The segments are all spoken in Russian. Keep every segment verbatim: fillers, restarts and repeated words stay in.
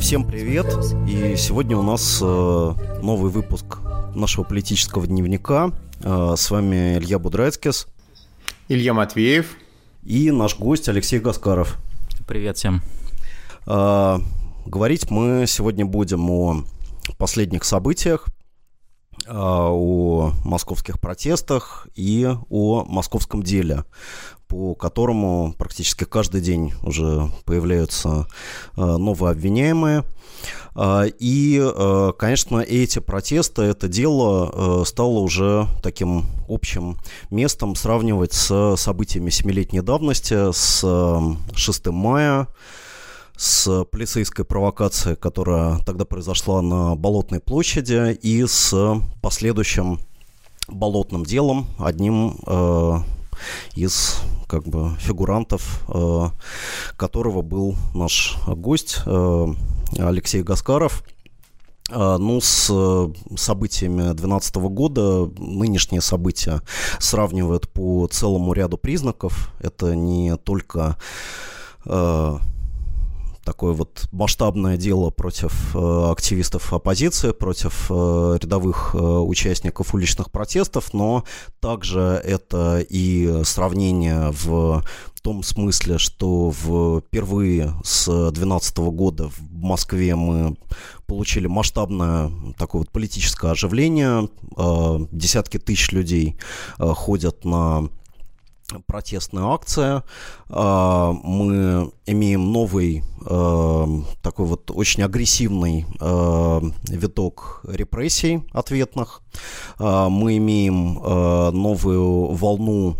Всем привет! И сегодня у нас э, новый выпуск нашего политического дневника. Э, с вами Илья Будрайцкис, Илья Матвеев и наш гость Алексей Гаскаров. Привет всем! Э, говорить мы сегодня будем о последних событиях, э, о московских протестах и о московском деле, по которому практически каждый день уже появляются э, новые обвиняемые. Э, и, э, конечно, эти протесты, это дело э, стало уже таким общим местом сравнивать с событиями семилетней давности, с э, шестым мая, с полицейской провокацией, которая тогда произошла на Болотной площади, и с последующим болотным делом, одним э, из как бы фигурантов, э, которого был наш гость э, Алексей Гаскаров. Э, ну, с событиями две тысячи двенадцатого года нынешние события сравнивают по целому ряду признаков. Это не только э, такое вот масштабное дело против э, активистов оппозиции, против э, рядовых э, участников уличных протестов, но также это и сравнение в том смысле, что впервые с две тысячи двенадцатого года в Москве мы получили масштабное такое вот политическое оживление. Э, десятки тысяч людей э, ходят на протестная акция. Мы имеем новый такой вот очень агрессивный виток репрессий ответных. Мы имеем новую волну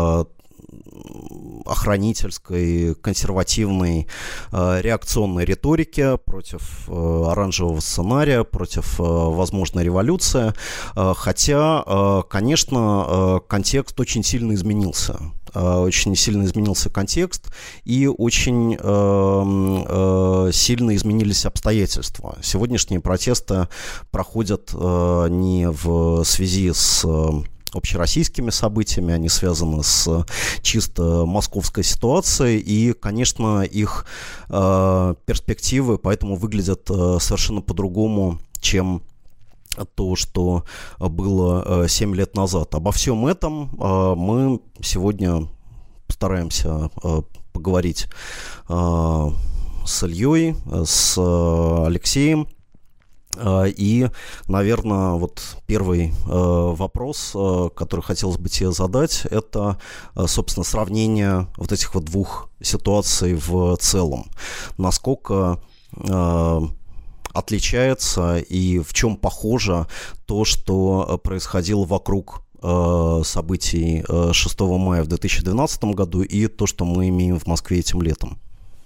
охранительской, консервативной, э, реакционной риторики против э, оранжевого сценария, против э, возможной революции. Э, хотя, э, конечно, э, контекст очень сильно изменился. Э, очень сильно изменился контекст, и очень э, э, сильно изменились обстоятельства. Сегодняшние протесты проходят э, не в связи с общероссийскими событиями, они связаны с чисто московской ситуацией, и, конечно, их э, перспективы поэтому выглядят э, совершенно по-другому, чем то, что было э, семь лет назад. Обо всем этом э, мы сегодня постараемся э, поговорить э, с Ильей, с э, Алексеем. И, наверное, вот первый э, вопрос, э, который хотелось бы тебе задать, это, э, собственно, сравнение вот этих вот двух ситуаций в целом. Насколько э, отличается и в чем похоже то, что происходило вокруг э, событий э, шестого мая в две тысячи двенадцатом году, и то, что мы имеем в Москве этим летом?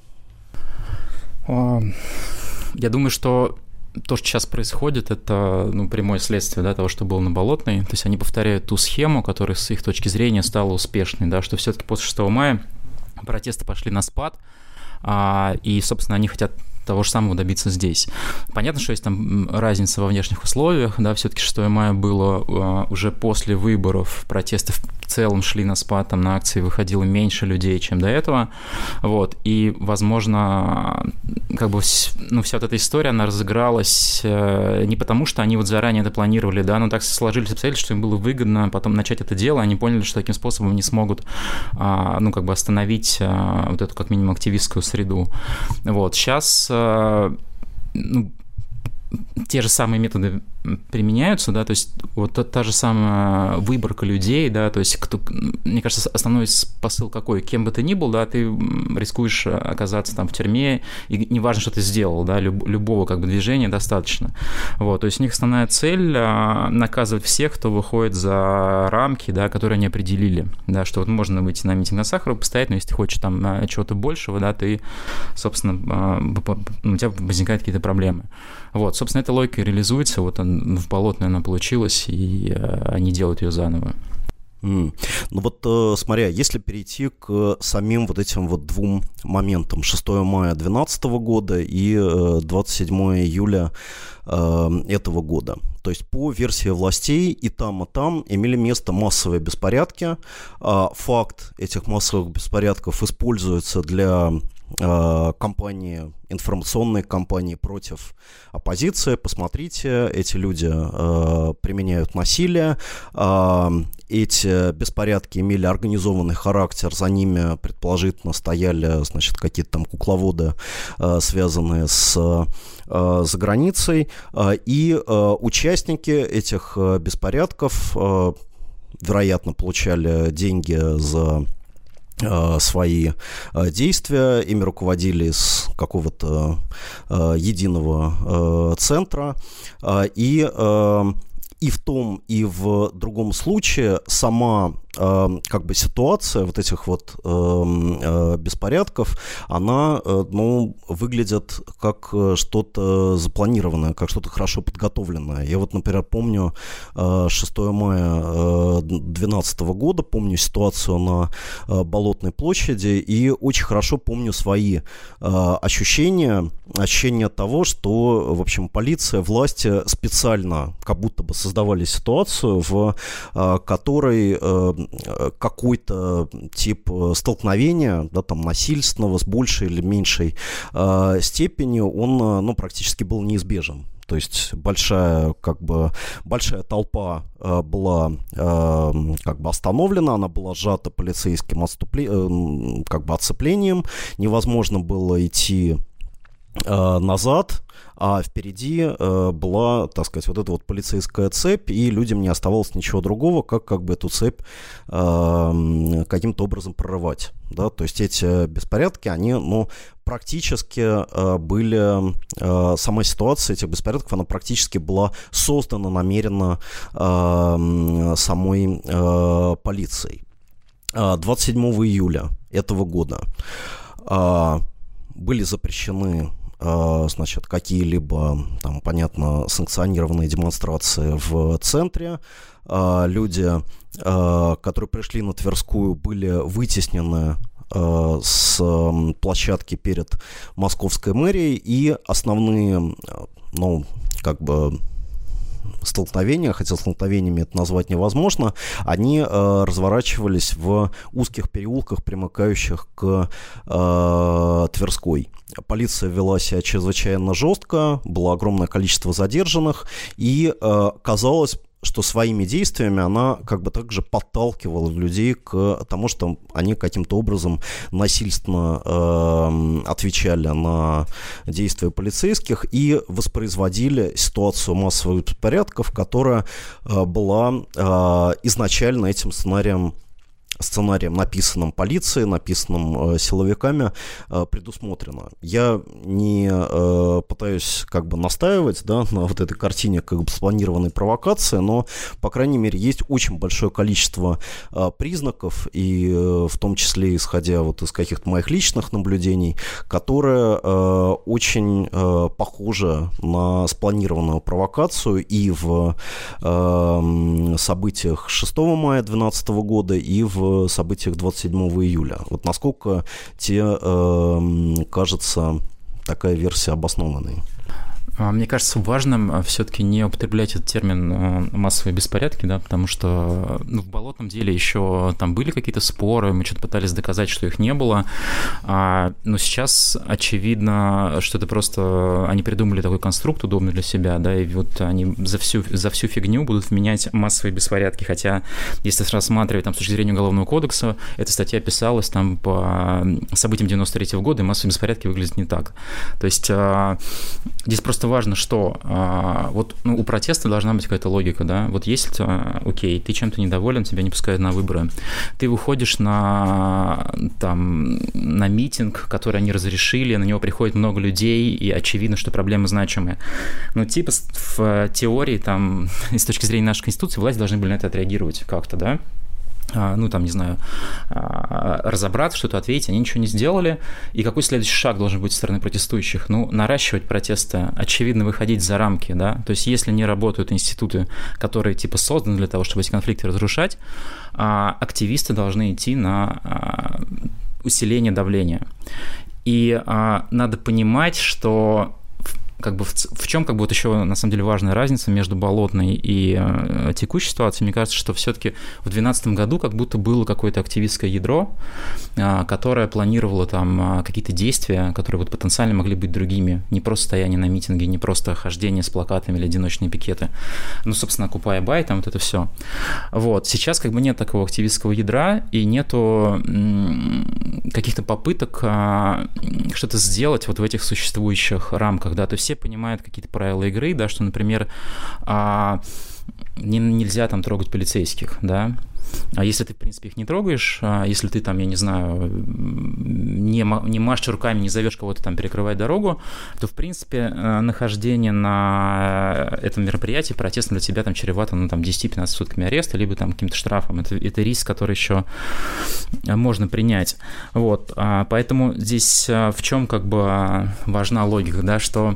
Я думаю, что то, что сейчас происходит, это ну, прямое следствие, да, того, что было на Болотной. То есть они повторяют ту схему, которая с их точки зрения стала успешной, да, что все-таки после шестого мая протесты пошли на спад, а, и, собственно, они хотят того же самого добиться здесь. Понятно, что есть там разница во внешних условиях, да, все-таки шестого мая было uh, уже после выборов, протесты в целом шли на спад, там на акции выходило меньше людей, чем до этого, вот, и, возможно, как бы, ну, вся вот эта история, она разыгралась uh, не потому, что они вот заранее это планировали, да, но так сложились обстоятельства, что им было выгодно потом начать это дело, они поняли, что таким способом не смогут, uh, ну, как бы остановить uh, вот эту, как минимум, активистскую среду, вот, сейчас ну, те же самые методы применяются, да, то есть вот та, та же самая выборка людей, да, то есть кто, мне кажется, основной посыл какой, кем бы ты ни был, да, ты рискуешь оказаться там в тюрьме, и неважно, что ты сделал, да, люб, любого как бы движения достаточно, вот, то есть у них основная цель а, наказывать всех, кто выходит за рамки, да, которые они определили, да, что вот можно выйти на митинг на Сахарова, постоять, но если ты хочешь там чего-то большего, да, ты, собственно, а, у тебя возникают какие-то проблемы, вот, собственно, эта логика реализуется, вот он в Болотной она получилась, и э, они делают ее заново. Mm. Ну вот, э, смотря, если перейти к самим вот этим вот двум моментам, шестого мая две тысячи двенадцатого года и э, двадцать седьмого июля э, этого года. То есть по версии властей и там, и там имели место массовые беспорядки. Э, факт этих массовых беспорядков используется для э, кампании, информационной кампании против оппозиции. Посмотрите, эти люди э, применяют насилие, э, эти беспорядки имели организованный характер, за ними предположительно стояли, значит, какие-то там кукловоды, э, связанные с э, за границей, э, и э, участники этих э, беспорядков, э, вероятно, получали деньги за свои действия, ими руководили из какого-то э, единого э, центра, э, и, э, и в том, и в другом случае сама э, как бы ситуация вот этих вот э, э, беспорядков, она э, ну, выглядит как что-то запланированное, как что-то хорошо подготовленное. Я вот, например, помню э, шестого мая две тысячи двенадцатого года, помню ситуацию на э, Болотной площади, и очень хорошо помню свои э, ощущения, ощущения того, что, в общем, полиция, власти специально как будто бы создавали ситуацию, в э, которой э, какой-то тип столкновения, да, там, насильственного с большей или меньшей э, степенью, он, ну, практически был неизбежен. То есть большая, как бы, большая толпа э, была э, как бы остановлена, она была сжата полицейским отступле... э, как бы отцеплением, невозможно было идти э, назад, а впереди э, была, так сказать, вот эта вот полицейская цепь, и людям не оставалось ничего другого, как, как бы эту цепь э, каким-то образом прорывать. Да? То есть эти беспорядки, они, ну, практически э, были, э, сама ситуация этих беспорядков, она практически была создана намеренно э, самой э, полицией. двадцать седьмого июля этого года э, были запрещены, значит, какие-либо, там, понятно, санкционированные демонстрации в центре. Люди, которые пришли на Тверскую, были вытеснены с площадки перед Московской мэрией, и основные, ну, как бы, столкновения, хотя столкновениями это назвать невозможно, они э, разворачивались в узких переулках, примыкающих к э, Тверской. Полиция вела себя чрезвычайно жестко, было огромное количество задержанных, и э, казалось, что своими действиями она как бы также подталкивала людей к тому, что они каким-то образом насильственно э, отвечали на действия полицейских и воспроизводили ситуацию массовых беспорядков, которая э, была э, изначально этим сценарием сценарием, написанным полицией, написанным э, силовиками, э, предусмотрено. Я не э, пытаюсь как бы настаивать, да, на вот этой картине как бы спланированной провокации, но, по крайней мере, есть очень большое количество э, признаков, и э, в том числе исходя вот из каких-то моих личных наблюдений, которые э, очень э, похожи на спланированную провокацию и в э, событиях шестого мая две тысячи двенадцатого года, и в событиях двадцать седьмого июля. Вот насколько тебе э, кажется такая версия обоснованной? Мне кажется важным все-таки не употреблять этот термин массовые беспорядки, да, потому что, ну, в Болотном деле еще там были какие-то споры, мы что-то пытались доказать, что их не было, а, но сейчас очевидно, что это просто они придумали такой конструкт удобный для себя, да, и вот они за всю, за всю фигню будут вменять массовые беспорядки, хотя если рассматривать там с точки зрения Уголовного кодекса, эта статья писалась там по событиям девяносто третьего года, и массовые беспорядки выглядят не так. То есть а, здесь просто важно, что а, вот, ну, у протеста должна быть какая-то логика, да, вот есть, а, окей, ты чем-то недоволен, тебя не пускают на выборы, ты выходишь на, там, на митинг, который они разрешили, на него приходит много людей, и очевидно, что проблемы значимые, но типа в теории, там, с точки зрения нашей Конституции, власти должны были на это отреагировать как-то, да, ну, там, не знаю, разобраться, что-то ответить, они ничего не сделали. И какой следующий шаг должен быть со стороны протестующих? Ну, наращивать протесты, очевидно, выходить за рамки, да, то есть если не работают институты, которые, типа, созданы для того, чтобы эти конфликты разрушать, активисты должны идти на усиление давления. И надо понимать, что как бы в, в чем как бы вот еще на самом деле важная разница между болотной и э, текущей ситуацией? Мне кажется, что все-таки в две тысячи двенадцатом году как будто было какое-то активистское ядро, э, которое планировало там какие-то действия, которые вот потенциально могли быть другими. Не просто стояние на митинге, не просто хождение с плакатами или одиночные пикеты. Ну, собственно, Occupy Buy, там вот это все. Вот. Сейчас как бы нет такого активистского ядра и нету м, каких-то попыток а, что-то сделать вот в этих существующих рамках, да, то есть все понимают какие-то правила игры, да, что, например, а, не, нельзя там трогать полицейских, да, а если ты, в принципе, их не трогаешь, а если ты там, я не знаю, не, не машешь руками, не зовешь кого-то там перекрывать дорогу, то, в принципе, нахождение на этом мероприятии протестно для тебя там чревато, ну, там, десять-пятнадцать сутками ареста, либо там каким-то штрафом. Это, это риск, который еще можно принять. Вот. Поэтому здесь в чем как бы важна логика, да, что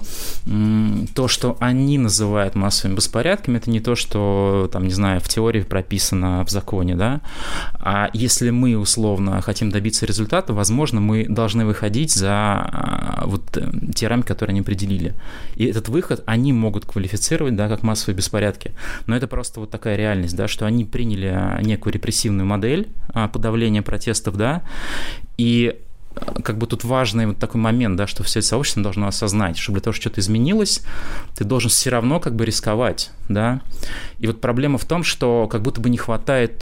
то, что они называют массовыми беспорядками, это не то, что, там, не знаю, в теории прописано в законе, да, а если мы условно хотим добиться результата, возможно, мы должны выходить за вот те рамки, которые они определили. И этот выход они могут квалифицировать, да, как массовые беспорядки. Но это просто вот такая реальность, да, что они приняли некую репрессивную модель подавления протестов, да, и как бы тут важный вот такой момент, да, что все сообщество должно осознать, что для того, чтобы что-то изменилось, ты должен все равно как бы рисковать, да. И вот проблема в том, что как будто бы не хватает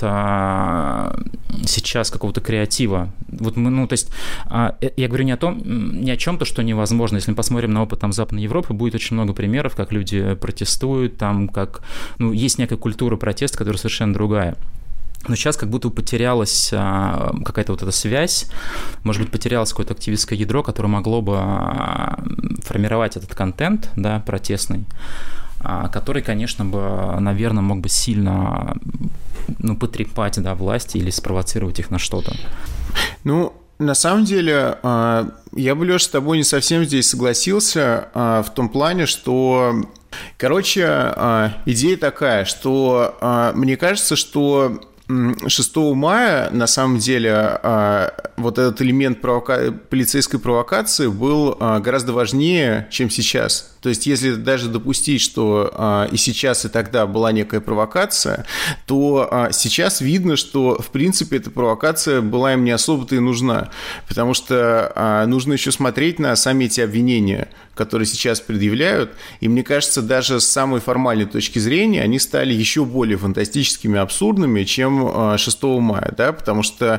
а, сейчас какого-то креатива. Вот мы, ну, то есть, а, я говорю не о том, не о чем-то, что невозможно. Если мы посмотрим на опыт там Западной Европы, будет очень много примеров, как люди протестуют, там, как, ну, есть некая культура протеста, которая совершенно другая. Но сейчас как будто потерялась а, какая-то вот эта связь, может быть, потерялось какое-то активистское ядро, которое могло бы а, формировать этот контент, да, протестный, а, который, конечно, бы, наверное, мог бы сильно, ну, потрепать, да, власти или спровоцировать их на что-то. Ну, на самом деле, я бы, Лёш, с тобой не совсем здесь согласился в том плане, что, короче, идея такая, что мне кажется, что шестого мая, на самом деле, вот этот элемент провока... полицейской провокации был гораздо важнее, чем сейчас. То есть, если даже допустить, что и сейчас, и тогда была некая провокация, то сейчас видно, что, в принципе, эта провокация была им не особо-то и нужна. Потому что нужно еще смотреть на сами эти обвинения, которые сейчас предъявляют. И мне кажется, даже с самой формальной точки зрения они стали еще более фантастическими, абсурдными, чем шестого мая. Да? Потому что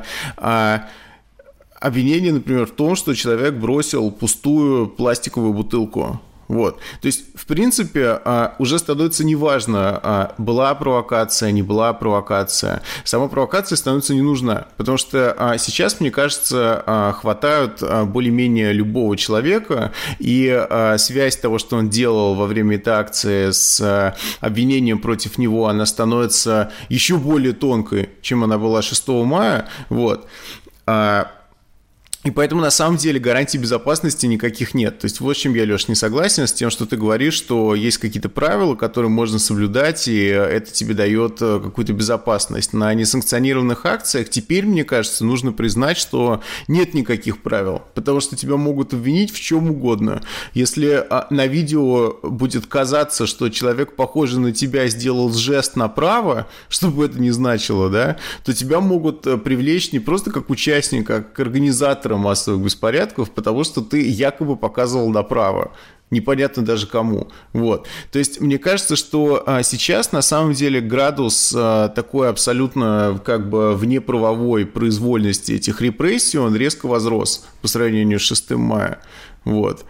обвинение, например, в том, что человек бросил пустую пластиковую бутылку. Вот. То есть, в принципе, уже становится неважно, была провокация, не была провокация. Сама провокация становится не нужна, потому что сейчас, мне кажется, хватают более-менее любого человека, и связь того, что он делал во время этой акции с обвинением против него, она становится еще более тонкой, чем она была шестого мая. Вот. И поэтому, на самом деле, гарантий безопасности никаких нет. То есть, вот с чем я, Леш, не согласен, с тем, что ты говоришь, что есть какие-то правила, которые можно соблюдать, и это тебе дает какую-то безопасность. На несанкционированных акциях теперь, мне кажется, нужно признать, что нет никаких правил, потому что тебя могут обвинить в чем угодно. Если на видео будет казаться, что человек, похожий на тебя, сделал жест направо, что бы это ни значило, да, то тебя могут привлечь не просто как участника, а как организатора массовых беспорядков, потому что ты якобы показывал направо. Непонятно даже кому. Вот. То есть, мне кажется, что а, сейчас на самом деле градус а, такой абсолютно как бы внеправовой произвольности этих репрессий, он резко возрос по сравнению с шестым мая. Вот.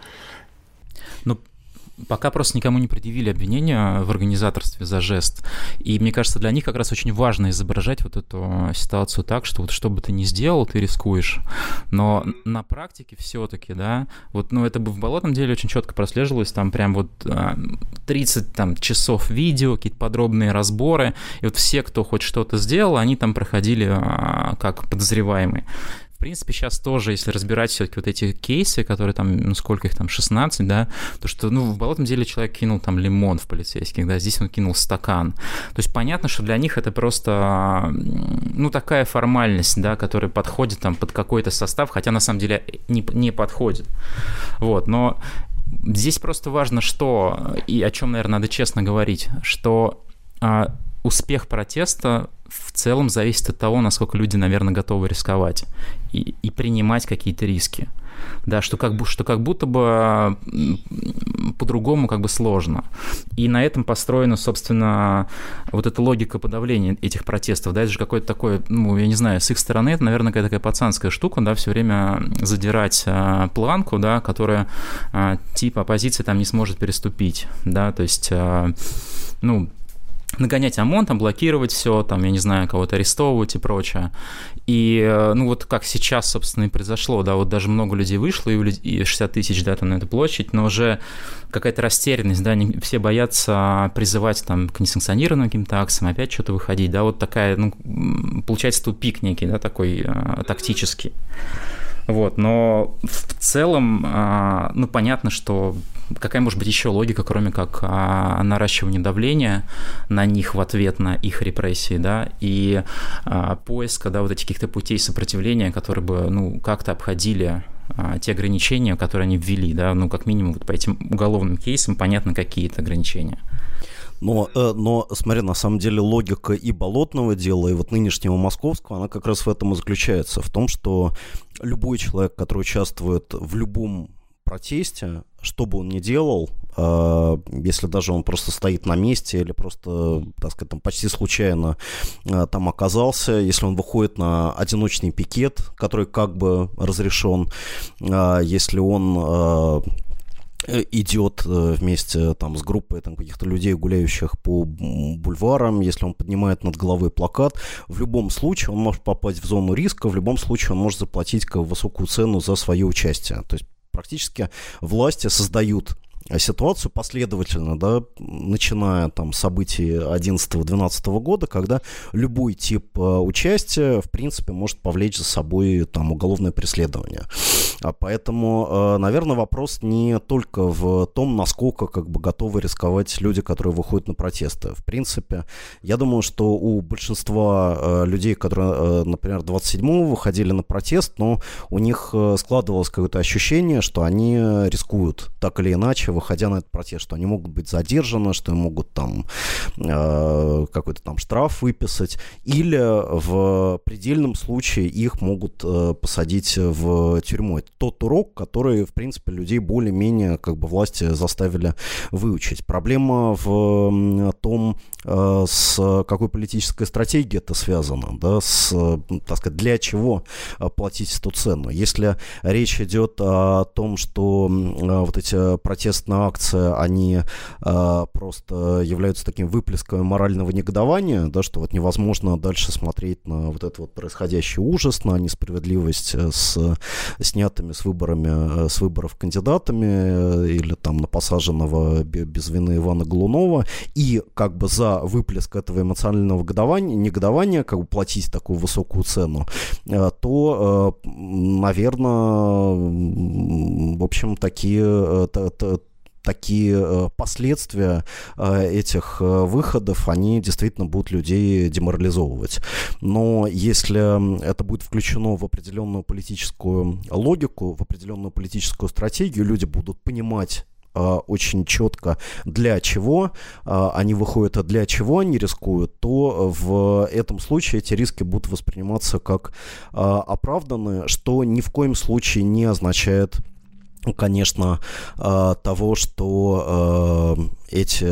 Пока просто никому не предъявили обвинения в организаторстве за жест. И мне кажется, для них как раз очень важно изображать вот эту ситуацию так, что вот что бы ты ни сделал, ты рискуешь. Но на практике все-таки, да, вот, ну, это бы в болотном деле очень четко прослеживалось, там прям вот тридцать там, часов видео, какие-то подробные разборы, и вот все, кто хоть что-то сделал, они там проходили как подозреваемые. В принципе, сейчас тоже, если разбирать все-таки вот эти кейсы, которые там, ну, сколько их там, шестнадцать, да, то что, ну, в болотном деле человек кинул там лимон в полицейских, да, здесь он кинул стакан. То есть понятно, что для них это просто, ну, такая формальность, да, которая подходит там под какой-то состав, хотя на самом деле не, не подходит. Вот, но здесь просто важно, что, и о чем, наверное, надо честно говорить, что а, успех протеста в целом зависит от того, насколько люди, наверное, готовы рисковать и, и принимать какие-то риски. Да, что как, бы, что как будто бы по-другому как бы сложно. И на этом построена, собственно, вот эта логика подавления этих протестов. Да, это же какой-то такой, ну, я не знаю, с их стороны это, наверное, какая-то такая пацанская штука, да, все время задирать а, планку, да, которая а, типа оппозиция там не сможет переступить, да, то есть, а, ну, нагонять ОМОН, там, блокировать все, там, я не знаю, кого-то арестовывать и прочее. И, ну, вот как сейчас, собственно, и произошло, да, вот даже много людей вышло, и шестьдесят тысяч, да, там, на эту площадь, но уже какая-то растерянность, да, не, все боятся призывать, там, к несанкционированным каким-то акциям, опять что-то выходить, да, вот такая, ну, получается тупик некий, да, такой а, тактический. Вот, но в целом, а, ну, понятно, что какая может быть еще логика, кроме как а, наращивания давления на них в ответ на их репрессии, да, и а, поиска, да, вот этих каких-то путей сопротивления, которые бы, ну, как-то обходили а, те ограничения, которые они ввели, да, ну, как минимум вот по этим уголовным кейсам понятно, какие это ограничения. Но, но, смотри, на самом деле логика и болотного дела, и вот нынешнего московского, она как раз в этом и заключается, в том, что любой человек, который участвует в любом протесте, что бы он ни делал, э, если даже он просто стоит на месте или просто, так сказать, там, почти случайно э, там оказался, если он выходит на одиночный пикет, который как бы разрешен, э, если он... Э, идет вместе там, с группой там, каких-то людей, гуляющих по бульварам, если он поднимает над головой плакат, в любом случае он может попасть в зону риска, в любом случае он может заплатить высокую цену за свое участие. То есть практически власти создают ситуацию последовательно, да, начиная там с событий одиннадцатого-двенадцатого года, когда любой тип э, участия, в принципе, может повлечь за собой там уголовное преследование. А поэтому, э, наверное, вопрос не только в том, насколько как бы готовы рисковать люди, которые выходят на протесты. В принципе, я думаю, что у большинства э, людей, которые, э, например, двадцать седьмого выходили на протест, но у них э, складывалось какое-то ощущение, что они рискуют так или иначе, выходя на этот протест, что они могут быть задержаны, что им могут там э, какой-то там штраф выписать, или в предельном случае их могут э, посадить в тюрьму. Это тот урок, который, в принципе, людей более-менее как бы власти заставили выучить. Проблема в том, э, с какой политической стратегией это связано, да, с, так сказать, для чего платить эту цену. Если речь идет о том, что э, вот эти протесты на акции, они э, просто являются таким выплеском морального негодования, да, что вот невозможно дальше смотреть на вот этот вот происходящий ужас, на несправедливость с снятыми с выборами, с выборов кандидатами или там на посаженного без вины Ивана Голунова, и как бы за выплеск этого эмоционального негодования, негодования как бы платить такую высокую цену, э, то, э, наверное, в общем, такие э, т, т, такие последствия этих выходов, они действительно будут людей деморализовывать. Но если это будет включено в определенную политическую логику, в определенную политическую стратегию, люди будут понимать очень четко, для чего они выходят, а для чего они рискуют, то в этом случае эти риски будут восприниматься как оправданные, что ни в коем случае не означает, конечно, того, что эти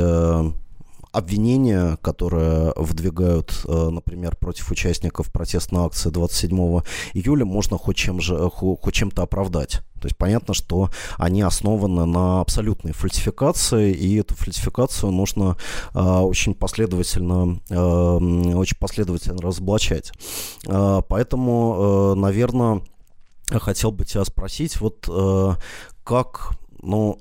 обвинения, которые выдвигают, например, против участников протестной акции двадцать седьмого июля, можно хоть, чем же, хоть чем-то оправдать. То есть понятно, что они основаны на абсолютной фальсификации, и эту фальсификацию нужно э, очень последовательно, э, очень последовательно разоблачать. Э, поэтому, э, наверное, хотел бы тебя спросить, вот э, как, ну,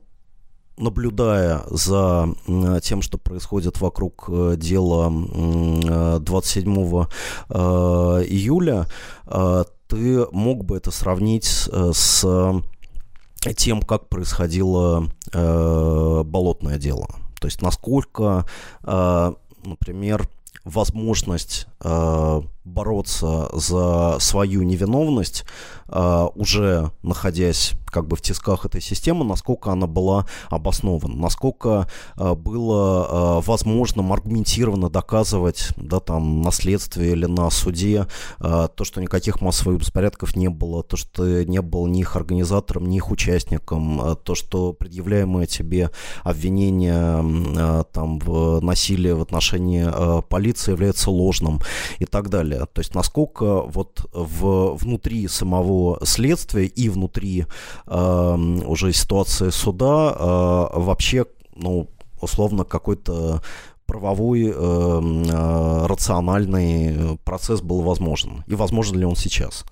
наблюдая за э, тем, что происходит вокруг э, дела э, двадцать седьмого э, июля, э, ты мог бы это сравнить э, с тем, как происходило э, болотное дело? То есть насколько, э, например, возможность э, бороться за свою невиновность, э, уже находясь как бы в тисках этой системы, насколько она была обоснована, насколько э, было э, возможно аргументированно доказывать, да, там, на следствии или на суде э, то, что никаких массовых беспорядков не было, то, что ты не был ни их организатором, ни их участником, э, то, что предъявляемое тебе обвинение э, там, в насилии в отношении э, полиции является ложным и так далее. То есть насколько вот в, внутри самого следствия и внутри э, уже ситуации суда э, вообще, ну, условно, какой-то правовой, э, э, рациональный процесс был возможен. И возможен ли он сейчас?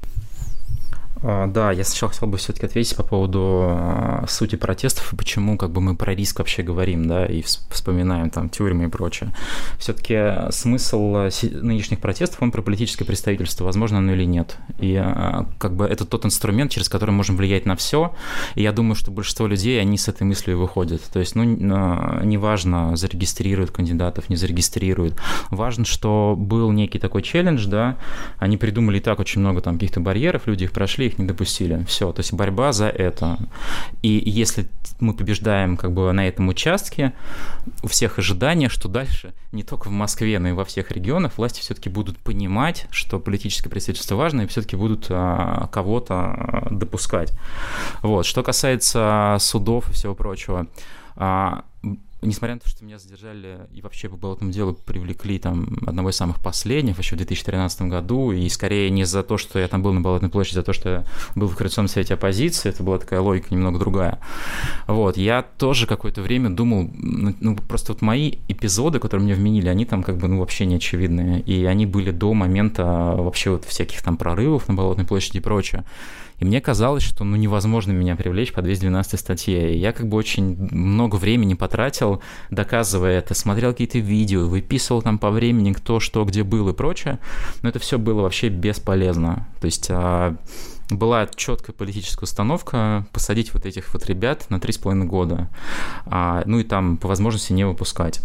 Да, я сначала хотел бы все-таки ответить по поводу сути протестов и почему как бы мы про риск вообще говорим, да, и вспоминаем там тюрьмы и прочее. Все-таки смысл нынешних протестов, он про политическое представительство, возможно оно или нет. И как бы это тот инструмент, через который мы можем влиять на все. И я думаю, что большинство людей, они с этой мыслью выходят. То есть, ну, неважно, зарегистрируют кандидатов, не зарегистрируют. Важно, что был некий такой челлендж, да, они придумали и так очень много там каких-то барьеров, люди их прошли, их не допустили. Все, то есть борьба за это. И если мы побеждаем как бы на этом участке, у всех ожидания, что дальше не только в Москве, но и во всех регионах власти все-таки будут понимать, что политическое представительство важно, и все-таки будут а, кого-то а, допускать. Вот. Что касается судов и всего прочего, а, несмотря на то, что меня задержали и вообще по болотному делу привлекли там одного из самых последних еще в две тысячи тринадцатом году, и скорее не за то, что я там был на Болотной площади, за то, что я был в Координационном совете оппозиции, это была такая логика немного другая. Вот, я тоже какое-то время думал, ну, просто вот мои эпизоды, которые мне вменили, они там как бы, ну, вообще не очевидные, и они были до момента вообще вот всяких там прорывов на Болотной площади и прочее. И мне казалось, что ну, невозможно меня привлечь по двести двенадцатой статье. И я как бы очень много времени потратил, доказывая это, смотрел какие-то видео, выписывал там по времени, кто, что, где был и прочее. Но это все было вообще бесполезно. То есть была четкая политическая установка посадить вот этих вот ребят на три с половиной года. Ну и там по возможности не выпускать.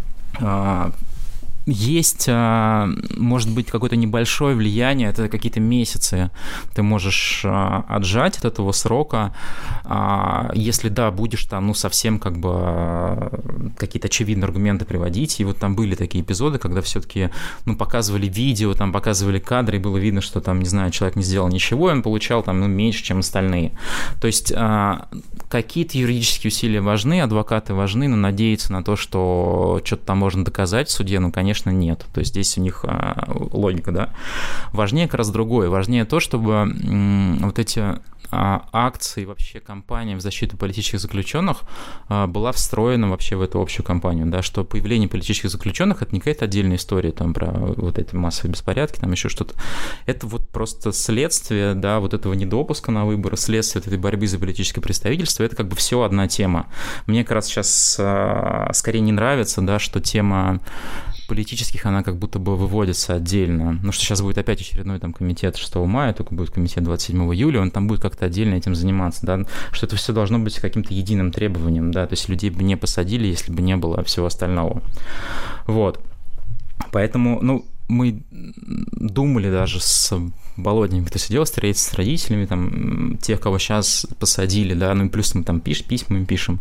Есть, может быть, какое-то небольшое влияние, это какие-то месяцы ты можешь отжать от этого срока, если, да, будешь там, ну, совсем как бы какие-то очевидные аргументы приводить, и вот там были такие эпизоды, когда все-таки, ну, показывали видео, там показывали кадры, и было видно, что там, не знаю, человек не сделал ничего, и он получал там, ну, меньше, чем остальные. То есть какие-то юридические усилия важны, адвокаты важны, но надеяться на то, что что-то там можно доказать в суде, ну, конечно, нет. То есть здесь у них а, логика, да. Важнее как раз другое. Важнее то, чтобы м, вот эти а, акции, вообще кампания в защиту политических заключенных а, была встроена вообще в эту общую кампанию, да, что появление политических заключенных — это не какая-то отдельная история там про вот эти массовые беспорядки, там еще что-то. Это вот просто следствие, да, вот этого недопуска на выборы, следствие вот этой борьбы за политическое представительство, это как бы все одна тема. Мне как раз сейчас а, скорее не нравится, да, что тема политических, она как будто бы выводится отдельно. Ну, что сейчас будет опять очередной там комитет шестого мая, только будет комитет двадцать седьмого июля, он там будет как-то отдельно этим заниматься, да, что это все должно быть каким-то единым требованием, да, то есть людей бы не посадили, если бы не было всего остального. Вот. Поэтому, ну, мы думали даже с Болотником, кто сидел, встретиться с родителями, там, тех, кого сейчас посадили, да, ну и плюс мы там пиш, письма им пишем,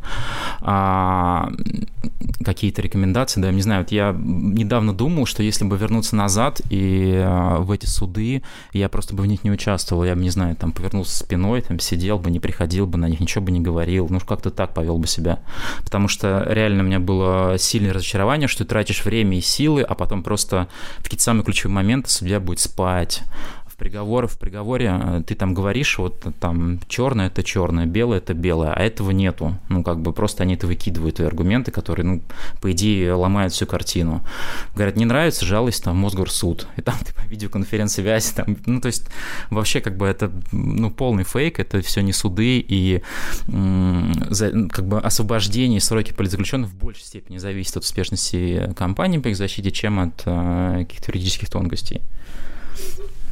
а, какие-то рекомендации, да, не знаю, вот я недавно думал, что если бы вернуться назад и а, в эти суды, я просто бы в них не участвовал, я бы, не знаю, там, повернулся спиной, там, сидел бы, не приходил бы на них, ничего бы не говорил, ну, как-то так повел бы себя, потому что реально у меня было сильное разочарование, что ты тратишь время и силы, а потом просто в какие-то самые ключевые моменты судья будет спать. В приговоре, в приговоре ты там говоришь, вот там черное — это черное, белое — это белое, а этого нету. Ну, как бы просто они это выкидывают, твои аргументы, которые, ну, по идее, ломают всю картину. Говорят, не нравится, жалуйся там в Мосгорсуд. И там ты по видеоконференц-связи, там, ну, то есть вообще как бы это, ну, полный фейк, это все не суды, и м- за, как бы освобождение и сроки политзаключенных в большей степени зависит от успешности кампании по их защите, чем от а, каких-то юридических тонкостей.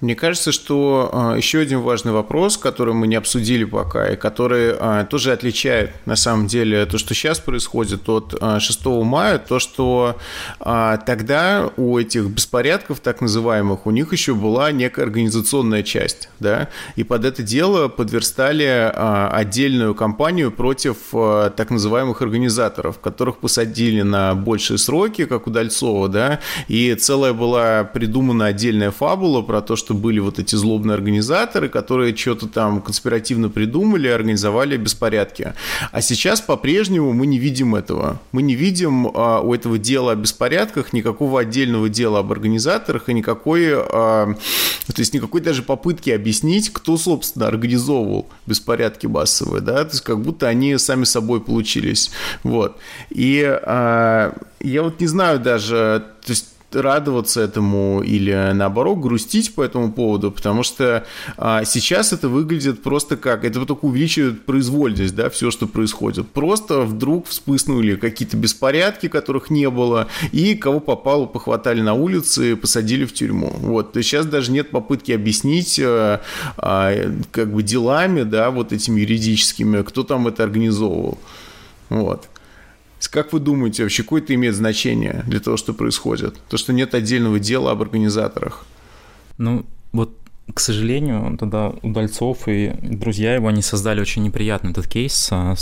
Мне кажется, что э, еще один важный вопрос, который мы не обсудили пока, и который э, тоже отличает, на самом деле, то, что сейчас происходит от э, шестого мая, то, что э, тогда у этих беспорядков, так называемых, у них еще была некая организационная часть, да, и под это дело подверстали э, отдельную кампанию против э, так называемых организаторов, которых посадили на большие сроки, как Удальцова, да, и целая была придумана отдельная фабула про то, что были вот эти злобные организаторы, которые что-то там конспиративно придумали, организовали беспорядки. А сейчас по-прежнему мы не видим этого. Мы не видим а, у этого дела о беспорядках никакого отдельного дела об организаторах и никакой, а, то есть никакой даже попытки объяснить, кто, собственно, организовывал беспорядки массовые, да, то есть как будто они сами собой получились. Вот. И а, я вот не знаю даже, то есть радоваться этому или, наоборот, грустить по этому поводу, потому что а, сейчас это выглядит просто как, это вот только увеличивает произвольность, да, все, что происходит. Просто вдруг вспыхнули какие-то беспорядки, которых не было, и кого попало, похватали на улице и посадили в тюрьму. Вот, то есть сейчас даже нет попытки объяснить а, а, как бы делами, да, вот этими юридическими, кто там это организовывал. Вот. Как вы думаете, вообще какое-то имеет значение для того, что происходит? То, что нет отдельного дела об организаторах? Ну, вот, к сожалению, тогда Удальцов и друзья его, они создали очень неприятный этот кейс с,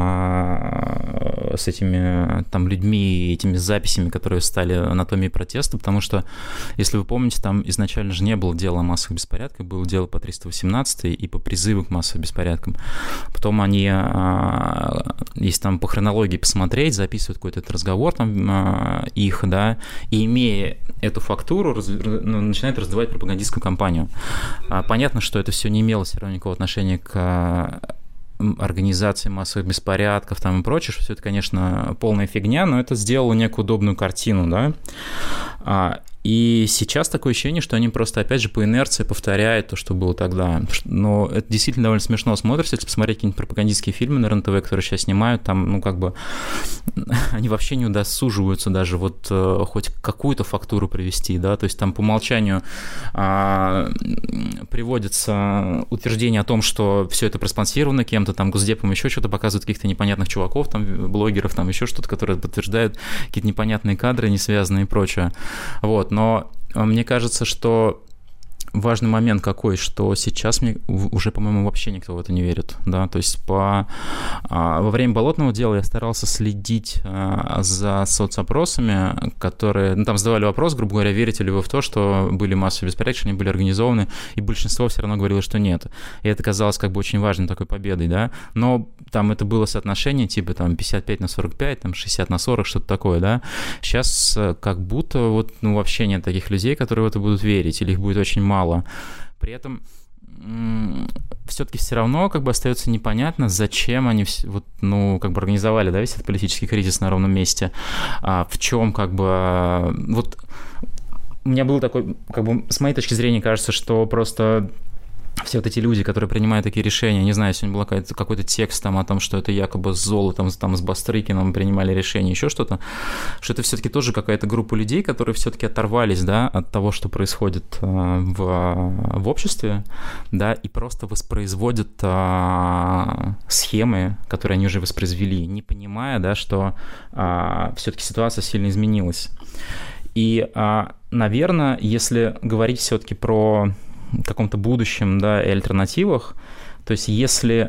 с этими там людьми, этими записями, которые стали анатомией протеста, потому что, если вы помните, там изначально же не было дела о массовых беспорядках, было дело по триста восемнадцатой и по призыву к массовым беспорядкам. Потом они, если там по хронологии посмотреть, записывают какой-то этот разговор там их, да, и имея эту фактуру, раз, начинают раздавать пропагандистскую кампанию. Понятно, что это все не имело все равно никакого отношения к организации массовых беспорядков там и прочее, что все это, конечно, полная фигня, но это сделало некую удобную картину, да. И сейчас такое ощущение, что они просто, опять же, по инерции повторяют то, что было тогда. Но это действительно довольно смешно смотрится, если посмотреть какие-нибудь пропагандистские фильмы на РЕН-ТВ, которые сейчас снимают, там, ну, как бы, они вообще не удосуживаются даже вот э, хоть какую-то фактуру привести, да, то есть там по умолчанию э, приводится утверждение о том, что все это проспонсировано кем-то, там, Госдепом, еще что-то показывают каких-то непонятных чуваков, там, блогеров, там, еще что-то, которые подтверждают какие-то непонятные кадры, не связанные и прочее. Вот. Но мне кажется, что важный момент какой, что сейчас мне уже, по-моему, вообще никто в это не верит, да, то есть по, а, во время болотного дела я старался следить а, за соцопросами, которые, ну, там задавали вопрос, грубо говоря, верите ли вы в то, что были массовые беспорядки, что они были организованы, и большинство все равно говорило, что нет, и это казалось как бы очень важной такой победой, да, но там это было соотношение типа там пятьдесят пять на сорок пять, там шестьдесят на сорок, что-то такое, да, сейчас как будто вот, ну, вообще нет таких людей, которые в это будут верить, или их будет очень мало. При этом все-таки все равно как бы остается непонятно, зачем они вот, ну, как бы организовали, да, весь этот политический кризис на ровном месте, а в чем как бы вот у меня был такой, как бы с моей точки зрения кажется, что просто все вот эти люди, которые принимают такие решения, не знаю, сегодня был какой-то, какой-то текст там о том, что это якобы с Золотом, там, с Бастрыкиным принимали решение, еще что-то, что это все-таки тоже какая-то группа людей, которые все-таки оторвались, да, от того, что происходит в, в обществе, да, и просто воспроизводят а, схемы, которые они уже воспроизвели, не понимая, да, что а, все-таки ситуация сильно изменилась. И, а, наверное, если говорить все-таки про каком-то будущем, да, и альтернативах, то есть если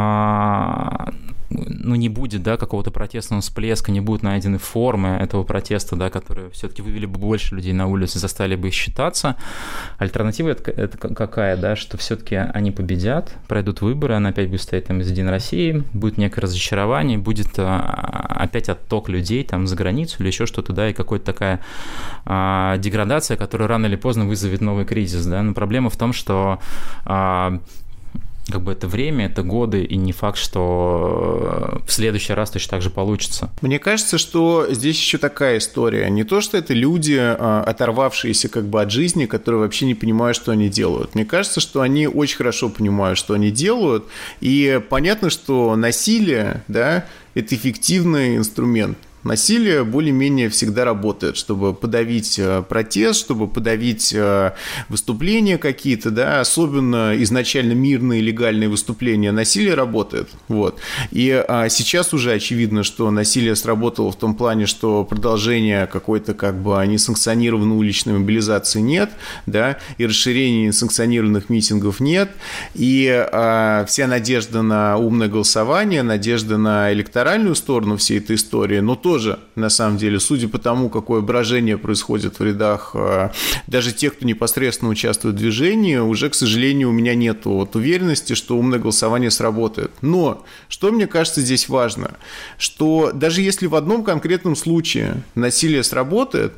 а, ну, не будет, да, какого-то протестного всплеска, не будут найдены формы этого протеста, да, которые все-таки вывели бы больше людей на улицы, заставили бы их считаться, альтернатива это, это какая, да, что все-таки они победят, пройдут выборы, она опять будет стоять там из «Единой России», будет некое разочарование, будет а, опять отток людей там за границу или еще что-то, да, и какая-то такая а, деградация, которая рано или поздно вызовет новый кризис, да, но проблема в том, что а, как бы это время, это годы, и не факт, что в следующий раз точно так же получится. Мне кажется, что здесь еще такая история. Не то, что это люди, оторвавшиеся как бы от жизни, которые вообще не понимают, что они делают. Мне кажется, что они очень хорошо понимают, что они делают, и понятно, что насилие, да, это эффективный инструмент Насилие более-менее всегда работает, чтобы подавить протест, чтобы подавить выступления какие-то, да, особенно изначально мирные легальные выступления. Насилие работает. Вот. И а, сейчас уже очевидно, что насилие сработало в том плане, что продолжения какой-то как бы несанкционированной уличной мобилизации нет, да, и расширения несанкционированных митингов нет, и а, вся надежда на умное голосование, надежда на электоральную сторону всей этой истории, но тоже, на самом деле, судя по тому, какое брожение происходит в рядах даже тех, кто непосредственно участвует в движении, уже, к сожалению, у меня нет вот уверенности, что умное голосование сработает. Но, что мне кажется здесь важно, что даже если в одном конкретном случае насилие сработает,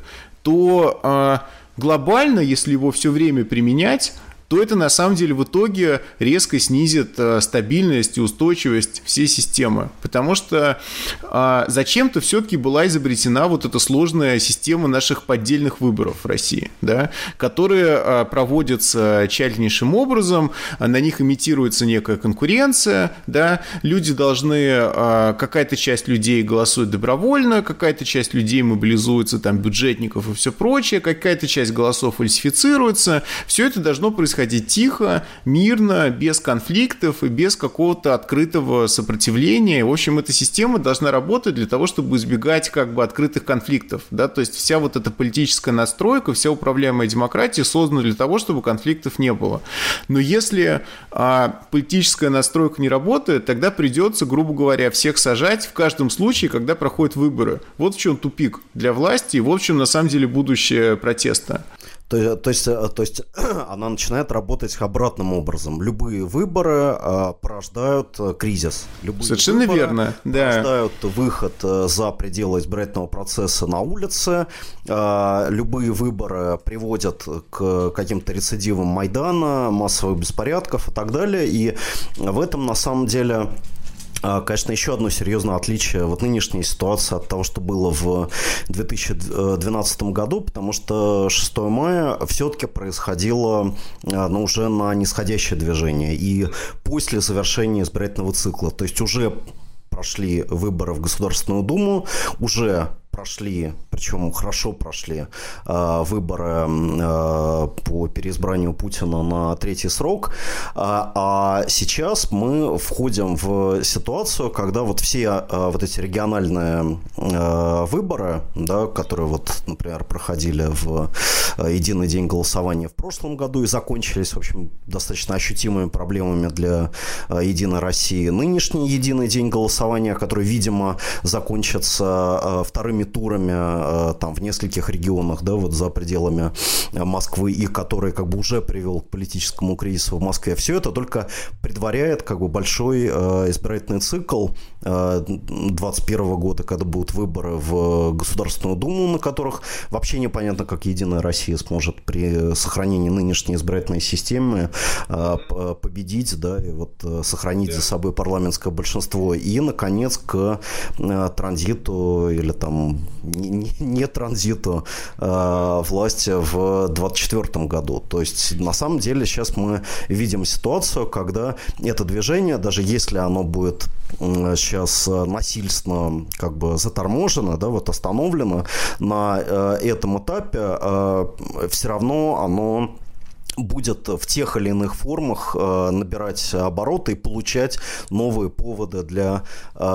то глобально, если его все время применять, то это на самом деле в итоге резко снизит стабильность и устойчивость всей системы. Потому что а, зачем-то все-таки была изобретена вот эта сложная система наших поддельных выборов в России, да, которые а, проводятся тщательнейшим образом, а на них имитируется некая конкуренция, да, люди должны, а, какая-то часть людей голосует добровольно, какая-то часть людей мобилизуется, там, бюджетников и все прочее, какая-то часть голосов фальсифицируется, все это должно происходить тихо, мирно, без конфликтов и без какого-то открытого сопротивления. В общем, эта система должна работать для того, чтобы избегать как бы открытых конфликтов. Да? То есть вся вот эта политическая настройка, вся управляемая демократия создана для того, чтобы конфликтов не было. Но если а, политическая настройка не работает, тогда придется, грубо говоря, всех сажать в каждом случае, когда проходят выборы. Вот в чем тупик для власти и в общем, на самом деле, будущее протеста. То, то, есть, то есть она начинает работать обратным образом. Любые выборы э, порождают кризис. Любые Совершенно верно. Порождают да. выход за пределы избирательного процесса на улице. Э, любые выборы приводят к каким-то рецидивам Майдана, массовых беспорядков и так далее. И в этом на самом деле... Конечно, еще одно серьезное отличие вот нынешней ситуации от того, что было в две тысячи двенадцатом году, потому что шестого мая все-таки происходило ну, уже на нисходящее движение и после завершения избирательного цикла. То есть уже прошли выборы в Государственную Думу, уже прошли, причем хорошо прошли, э, выборы э, по переизбранию Путина на третий срок, а, а сейчас мы входим в ситуацию, когда вот все э, вот эти региональные э, выборы, да, которые вот, например, проходили в э, единый день голосования в прошлом году и закончились, в общем, достаточно ощутимыми проблемами для э, Единой России, нынешний единый день голосования, который, видимо, закончится э, вторыми турами там в нескольких регионах, да, вот за пределами Москвы, и который как бы уже привел к политическому кризису в Москве. Все это только предваряет как бы большой э, избирательный цикл э, двадцать первого года, когда будут выборы в Государственную Думу, на которых вообще непонятно, как Единая Россия сможет при сохранении нынешней избирательной системы э, победить, да, и вот сохранить да. за собой парламентское большинство. И, наконец, к э, транзиту или там не, не транзиту э, власти в двадцать четвёртом году. То есть, на самом деле, сейчас мы видим ситуацию, когда это движение, даже если оно будет э, сейчас насильственно как бы заторможено, да, вот остановлено, на э, этом этапе э, все равно оно будет в тех или иных формах э, набирать обороты и получать новые поводы для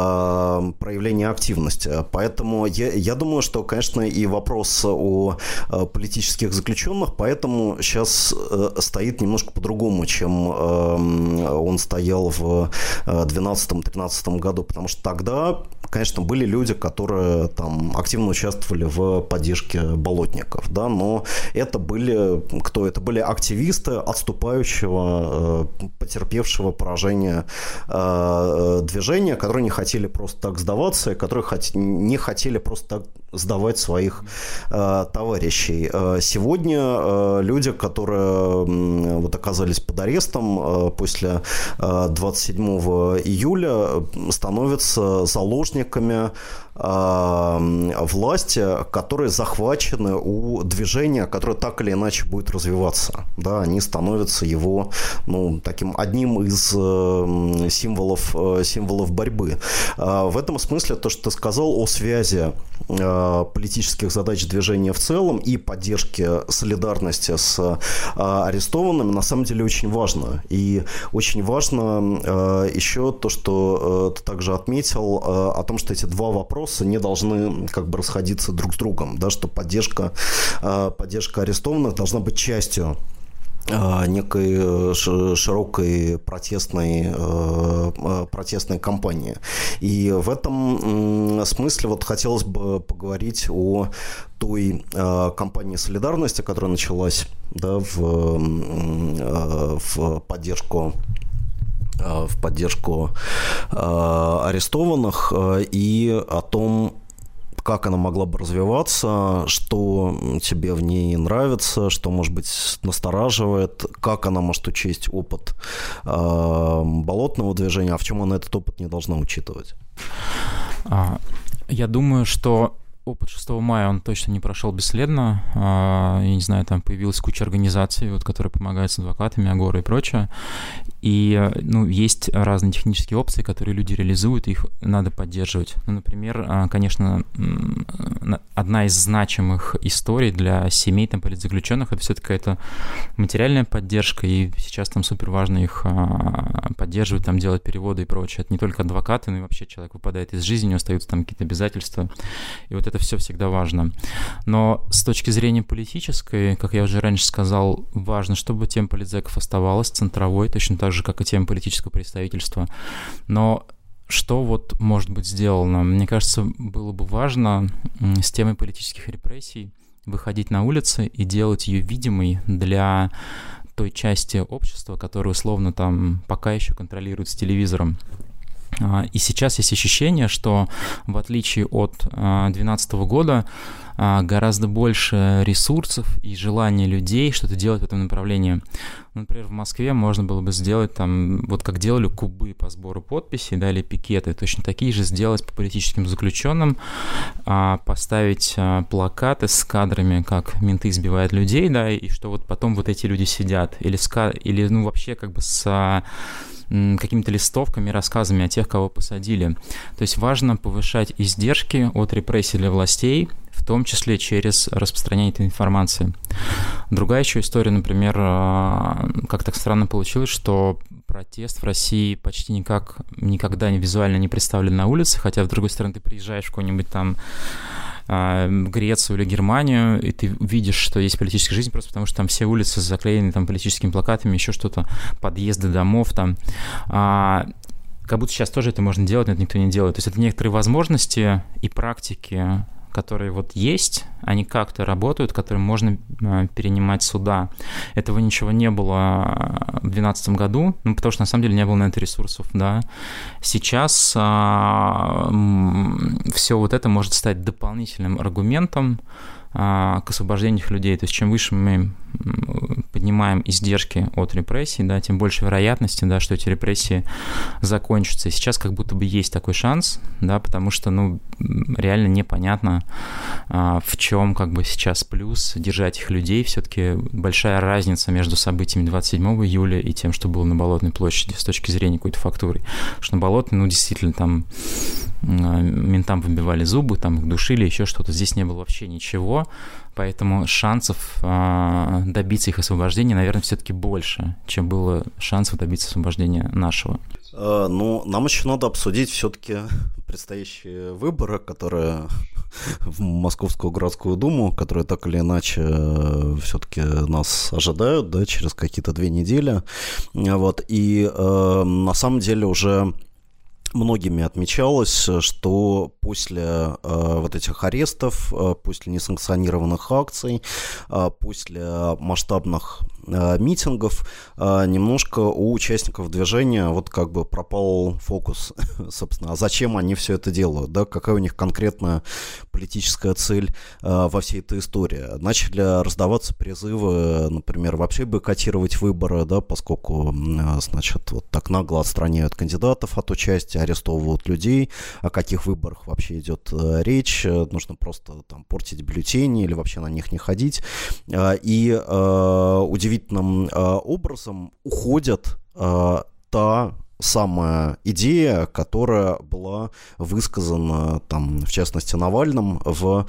э, проявления активности. Поэтому я, я думаю, что, конечно, и вопрос о э, политических заключенных поэтому сейчас э, стоит немножко по-другому, чем э, он стоял в двенадцатом-тринадцатом году, потому что тогда, конечно, были люди, которые там активно участвовали в поддержке болотников, да, но это были, кто это были активисты, активисты отступающего, потерпевшего поражение движения, которые не хотели просто так сдаваться, которые не хотели просто так сдавать своих товарищей. Сегодня люди, которые вот оказались под арестом после двадцать седьмого июля, становятся заложниками власти, которые захвачены у движения, которое так или иначе будет развиваться. Да, они становятся его, ну, таким одним из символов, символов борьбы. В этом смысле то, что ты сказал о связи политических задач движения в целом и поддержки солидарности с арестованными, на самом деле очень важно. И очень важно еще то, что ты также отметил, о том, что эти два вопроса не должны как бы расходиться друг с другом, да, что поддержка, поддержка арестованных должна быть частью некой широкой протестной, протестной кампании. И в этом смысле вот хотелось бы поговорить о той кампании солидарности, которая началась, да, в, в поддержку в поддержку арестованных, и о том, как она могла бы развиваться, что тебе в ней нравится, что, может быть, настораживает, как она может учесть опыт э, болотного движения, а в чем она этот опыт не должна учитывать? Я думаю, что опыт шестого мая, он точно не прошел бесследно. Я не знаю, там появилась куча организаций, вот, которые помогают с адвокатами, Агора и прочее. И, ну, есть разные технические опции, которые люди реализуют, их надо поддерживать. Ну, например, конечно, одна из значимых историй для семей там, политзаключенных — это все-таки это материальная поддержка, и сейчас там супер важно их поддерживать, там, делать переводы и прочее. Это не только адвокаты, но и вообще человек выпадает из жизни, у него остаются там какие-то обязательства, и вот это все всегда важно. Но с точки зрения политической, как я уже раньше сказал, важно, чтобы тема политзеков оставалась центровой, точно так же, как и тема политического представительства. Но что вот может быть сделано? Мне кажется, было бы важно с темой политических репрессий выходить на улицы и делать ее видимой для той части общества, которая условно там пока еще контролирует с телевизором. И сейчас есть ощущение, что в отличие от две тысячи двенадцатого года гораздо больше ресурсов и желания людей что-то делать в этом направлении. Например, в Москве можно было бы сделать там, вот как делали кубы по сбору подписей, да, или пикеты, точно такие же сделать по политическим заключенным, поставить плакаты с кадрами, как менты избивают людей, да, и что вот потом вот эти люди сидят, или, с, или ну, вообще как бы с какими-то листовками, рассказами о тех, кого посадили. То есть важно повышать издержки от репрессий для властей, в том числе через распространение этой информации. Другая еще история, например, как так странно получилось, что протест в России почти никак, никогда не визуально не представлен на улице, хотя, с другой стороны, ты приезжаешь в какой-нибудь там Грецию или Германию, и ты видишь, что есть политическая жизнь, просто потому что там все улицы заклеены там политическими плакатами, еще что-то, подъезды домов там. А, как будто сейчас тоже это можно делать, но это никто не делает. То есть это некоторые возможности и практики, которые вот есть, они как-то работают, которые можно перенимать суда. Этого ничего не было в две тысячи двенадцатом году, ну, потому что на самом деле не было на это ресурсов, да. Сейчас а, все вот это может стать дополнительным аргументом а, к освобождению этих людей. То есть чем выше мы поднимаем издержки от репрессий, да, тем больше вероятности, да, что эти репрессии закончатся. И сейчас как будто бы есть такой шанс, да, потому что, ну, реально непонятно, а, в чем как бы сейчас плюс держать их людей. Все-таки большая разница между событиями двадцать седьмого июля и тем, что было на Болотной площади с точки зрения какой-то фактуры. Потому что на Болотной, ну, действительно, там ментам выбивали зубы, там их душили, еще что-то. Здесь не было вообще ничего. Поэтому шансов э, добиться их освобождения, наверное, все-таки больше, чем было шансов добиться освобождения нашего. Э, ну, нам еще надо обсудить все-таки предстоящие выборы, которые в Московскую городскую думу, которые так или иначе все-таки нас ожидают, да, через какие-то две недели. Вот. И э, на самом деле уже многими отмечалось, что после э, вот этих арестов, э, после несанкционированных акций, э, после масштабных митингов немножко у участников движения вот как бы пропал фокус, собственно, а зачем они все это делают, да, какая у них конкретная политическая цель во всей этой истории. Начали раздаваться призывы, например, вообще бойкотировать выборы, да, поскольку, значит, вот так нагло отстраняют кандидатов от участия, арестовывают людей, о каких выборах вообще идет речь, нужно просто там портить бюллетени или вообще на них не ходить. И э, удивительным э, образом уходит э, та самая идея, которая была высказана, там, в частности, Навальным в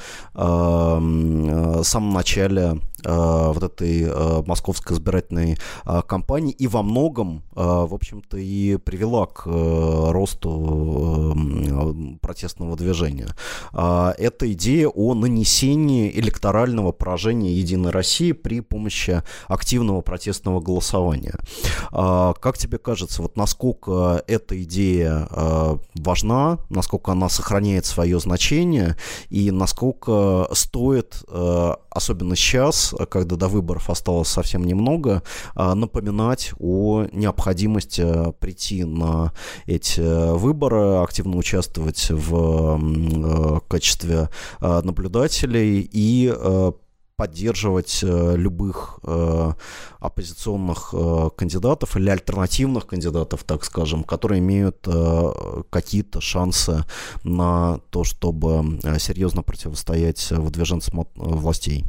э, самом начале э, вот этой э, московской избирательной э, кампании и во многом, э, в общем-то, и привела к э, росту э, протестного движения. Э, это идея о нанесении электорального поражения Единой России при помощи активного протестного голосования. Э, как тебе кажется, вот насколько эта идея э, важна, насколько она сохраняет свое значение и насколько стоит, э, особенно сейчас, когда до выборов осталось совсем немного, э, напоминать о необходимости прийти на эти выборы, активно участвовать в э, качестве э, наблюдателей и э, поддерживать э, любых э, оппозиционных э, кандидатов или альтернативных кандидатов, так скажем, которые имеют э, какие-то шансы на то, чтобы э, серьезно противостоять выдвиженцам властей.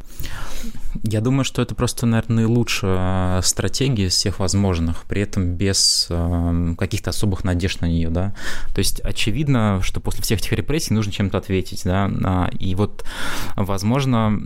Я думаю, что это просто, наверное, наилучшая стратегия из всех возможных, при этом без э, каких-то особых надежд на нее, да. То есть очевидно, что после всех этих репрессий нужно чем-то ответить, да, и вот, возможно,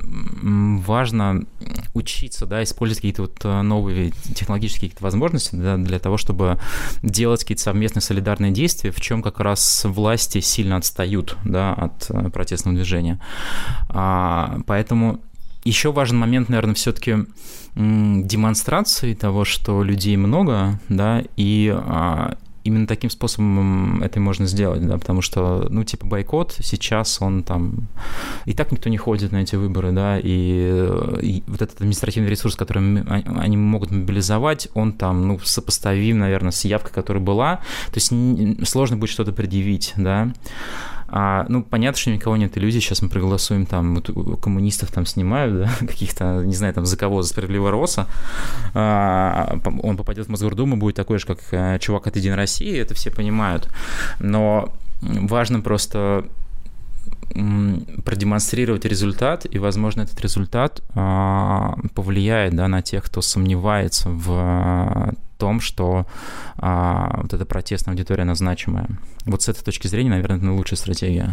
важно учиться, да, использовать какие-то вот новые технологические какие-то возможности, да, для того, чтобы делать какие-то совместные солидарные действия, в чем как раз власти сильно отстают, да, от протестного движения. А, поэтому еще важный момент, наверное, все-таки демонстрации того, что людей много, да, и а, именно таким способом это можно сделать, да, потому что, ну, типа, бойкот сейчас, он там... И так никто не ходит на эти выборы, да, и, и вот этот административный ресурс, который они могут мобилизовать, он там, ну, сопоставим, наверное, с явкой, которая была, то есть сложно будет что-то предъявить, да. А, ну, понятно, что никого нет иллюзий, сейчас мы проголосуем, там, вот, коммунистов там снимают, да, каких-то, не знаю, там, за кого, за справедливого Роса, а, он попадет в Мосгордуму, будет такой же, как а, чувак от Единой России, это все понимают, но важно просто продемонстрировать результат, и, возможно, этот результат а, повлияет, да, на тех, кто сомневается в том, что а, вот эта протестная аудитория, она значимая. Вот с этой точки зрения, наверное, это наилучшая стратегия.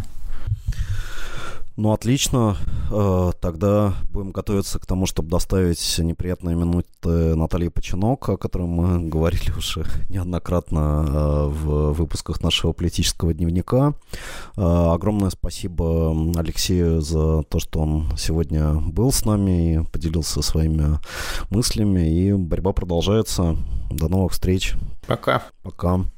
Ну, отлично. Тогда будем готовиться к тому, чтобы доставить неприятные минуты Натальи Починок, о которой мы говорили уже неоднократно в выпусках нашего политического дневника. Огромное спасибо Алексею за то, что он сегодня был с нами и поделился своими мыслями. И борьба продолжается. До новых встреч. Пока. Пока.